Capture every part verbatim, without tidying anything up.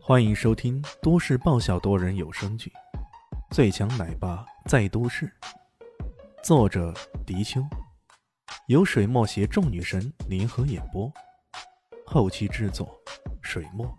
欢迎收听都市爆笑多人有声剧《最强奶爸在都市》，作者：迪秋，由水墨携众女神联合演播，后期制作：水墨。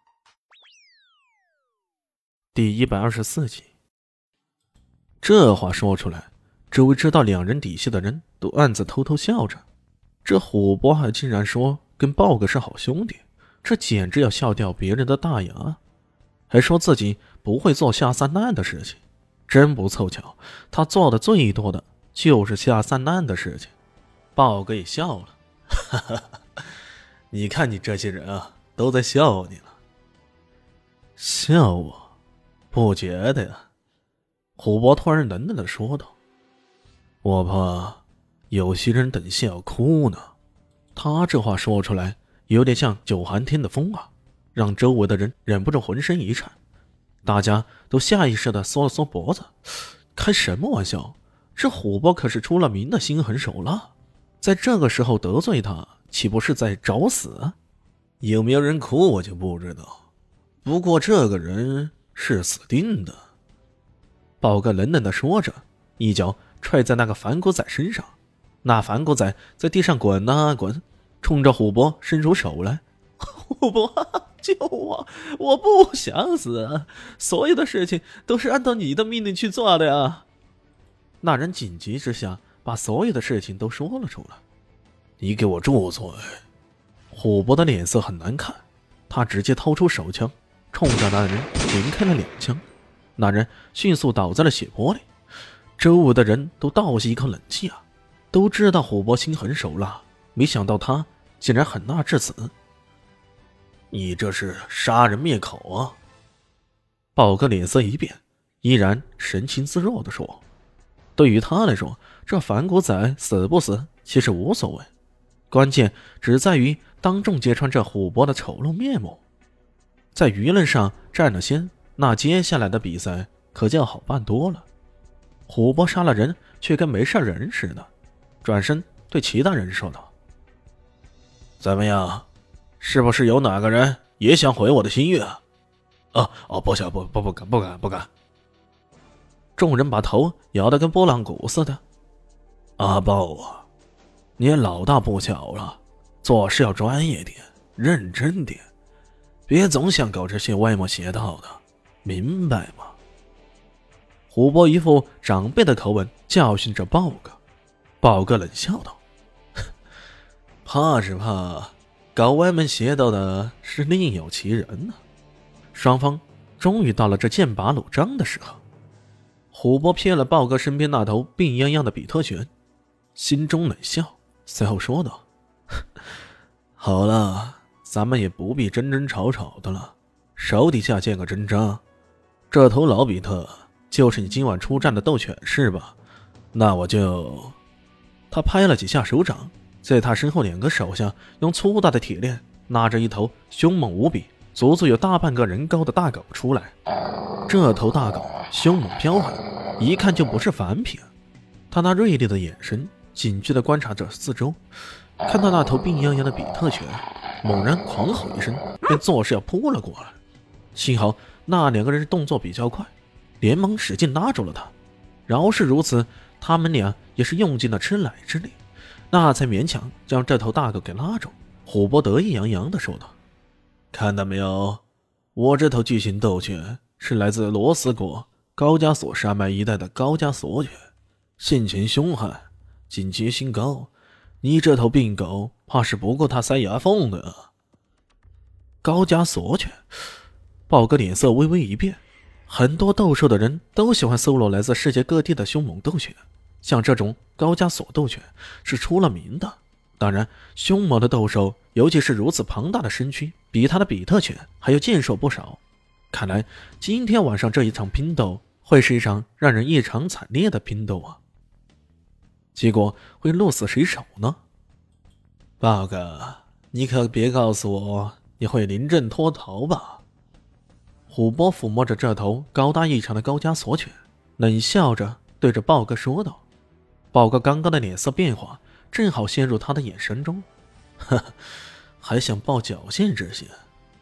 第一百二十四集。这话说出来，周围知道两人底细的人都暗自偷偷笑着。这虎伯还竟然说跟豹哥是好兄弟，这简直要笑掉别人的大牙，还说自己不会做下三滥的事情。真不凑巧，他做的最多的就是下三滥的事情。豹哥也笑了，哈哈哈，你看你这些人啊，都在笑你了。笑我？不觉得呀。虎伯突然冷冷地说道，我怕有些人等笑哭呢。他这话说出来有点像九寒天的风啊，让周围的人忍不住浑身一颤，大家都下意识地缩了缩脖子。开什么玩笑，这虎伯可是出了名的心狠手辣，在这个时候得罪他，岂不是在找死？有没有人哭我就不知道，不过这个人是死定的。豹哥冷冷地说着，一脚踹在那个反骨仔身上，那反骨仔在地上滚啊滚，冲着虎伯伸出手来。虎伯，救我，我不想死，所有的事情都是按照你的命令去做的呀。那人紧急之下把所有的事情都说了出来。你给我住嘴！虎伯的脸色很难看，他直接掏出手枪冲着那人连开了两枪，那人迅速倒在了血泊里。周围的人都倒吸一口冷气啊，都知道虎伯心狠手辣，没想到他竟然狠辣至此。你这是杀人灭口啊！豹哥脸色一变，依然神情自若地说，对于他来说，这反骨仔死不死其实无所谓，关键只在于当众揭穿这虎伯的丑陋面目。在舆论上占了先，那接下来的比赛可就要好办多了。虎伯杀了人却跟没事人似的，转身对其他人说道，怎么样，是不是有哪个人也想毁我的心愿啊？哦哦，不想，不不不敢不敢不敢。众人把头摇得跟拨浪鼓似的。阿豹啊，你老大不小了，做事要专业点，认真点，别总想搞这些歪门邪道的，明白吗？虎伯一副长辈的口吻教训着豹哥。豹哥冷笑道，怕是怕搞歪门邪道的是另有其人呢。双方终于到了这剑拔弩张的时候。虎伯瞥了豹哥身边那头病殃殃的比特犬，心中冷笑，随后说道，好了，咱们也不必争争吵吵的了，手底下见个真章。这头老比特就是你今晚出战的斗犬是吧？那我就……他拍了几下手掌，在他身后两个手下用粗大的铁链拉着一头凶猛无比、足足有大半个人高的大狗出来。这头大狗凶猛彪悍，一看就不是凡品。他那锐利的眼神警觉地观察着四周，看到那头病殃殃的比特犬，猛然狂吼一声，便作势要扑了过来。幸好那两个人动作比较快，连忙使劲拉住了他。饶是如此，他们俩也是用尽了吃奶之力，那才勉强将这头大狗给拉住。虎伯得意洋洋地说道，看到没有，我这头巨型斗犬是来自罗斯国高加索山脉一带的高加索犬，性情凶悍，警觉性高，你这头病狗怕是不够它塞牙缝的啊。高加索犬？豹哥脸色微微一变，很多斗兽的人都喜欢搜罗来自世界各地的凶猛斗犬，像这种高加索斗犬是出了名的。当然，凶猛的斗兽，尤其是如此庞大的身躯，比他的比特犬还要健硕不少。看来今天晚上这一场拼斗会是一场让人异常惨烈的拼斗啊！结果会落死谁手呢？豹哥，你可别告诉我你会临阵脱逃吧？虎伯抚摸着这头高大异常的高加索犬，冷笑着对着豹哥说道。豹哥刚刚的脸色变化正好陷入他的眼神中，呵呵，还想抱侥幸之心，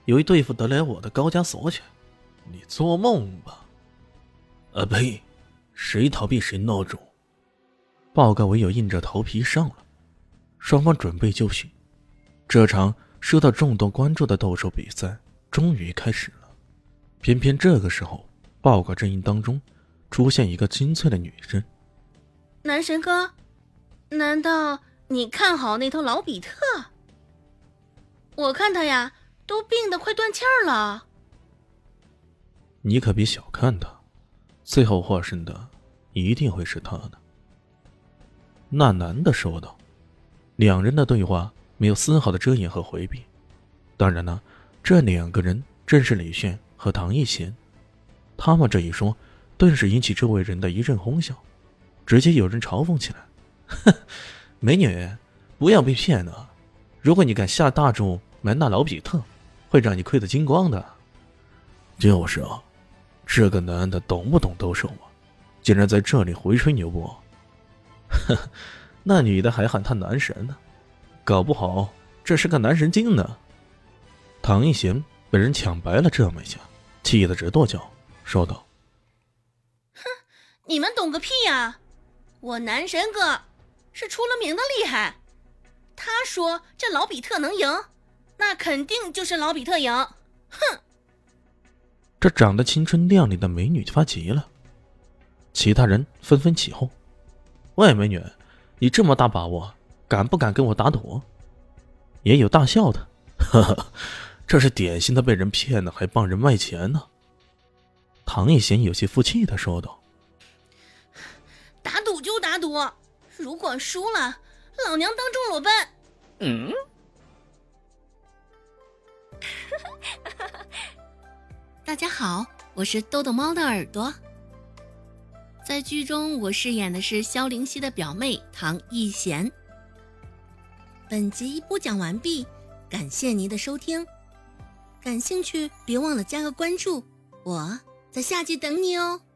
有意对付得了我的高加索犬。你做梦吧！啊呸！谁逃避谁孬种。报告唯有硬着头皮上了。双方准备就绪，这场受到众多关注的斗兽比赛终于开始了。偏偏这个时候，报告阵营当中出现一个清脆的女声： 男神哥，难道你看好那头老比特？我看他呀，都病得快断气儿了。 你可别小看他，最后获胜的一定会是他的。那男的说道。两人的对话没有丝毫的遮掩和回避。当然了，这两个人正是李炫和唐艺贤。他们这一说，顿时引起周围人的一阵哄笑，直接有人嘲讽起来：哼，美女，不要被骗了，如果你敢下大注买那老比特，会让你亏得精光的。就是啊，这个男的懂不懂兜售啊？竟然在这里回吹牛波。呵呵，那女的还喊他男神呢，搞不好这是个男神经呢。唐艺贤被人抢白了这么一下，气得直跺脚，说道： 哼，你们懂个屁呀！我男神哥是出了名的厉害，他说这老比特能赢，那肯定就是老比特赢。哼！ 这长得青春靓丽的美女发急了，其他人纷纷起哄：喂，美女，你这么大把握，敢不敢跟我打赌？也有大笑的，呵呵，这是典型的被人骗了还帮人卖钱呢。唐艺贤有些负气地说道： 打赌就打赌，如果输了，老娘当众裸奔。嗯。大家好，我是豆豆猫的耳朵。在剧中我饰演的是萧灵溪的表妹唐艺贤。本集播讲完毕，感谢您的收听。感兴趣别忘了加个关注，我在下集等你哦。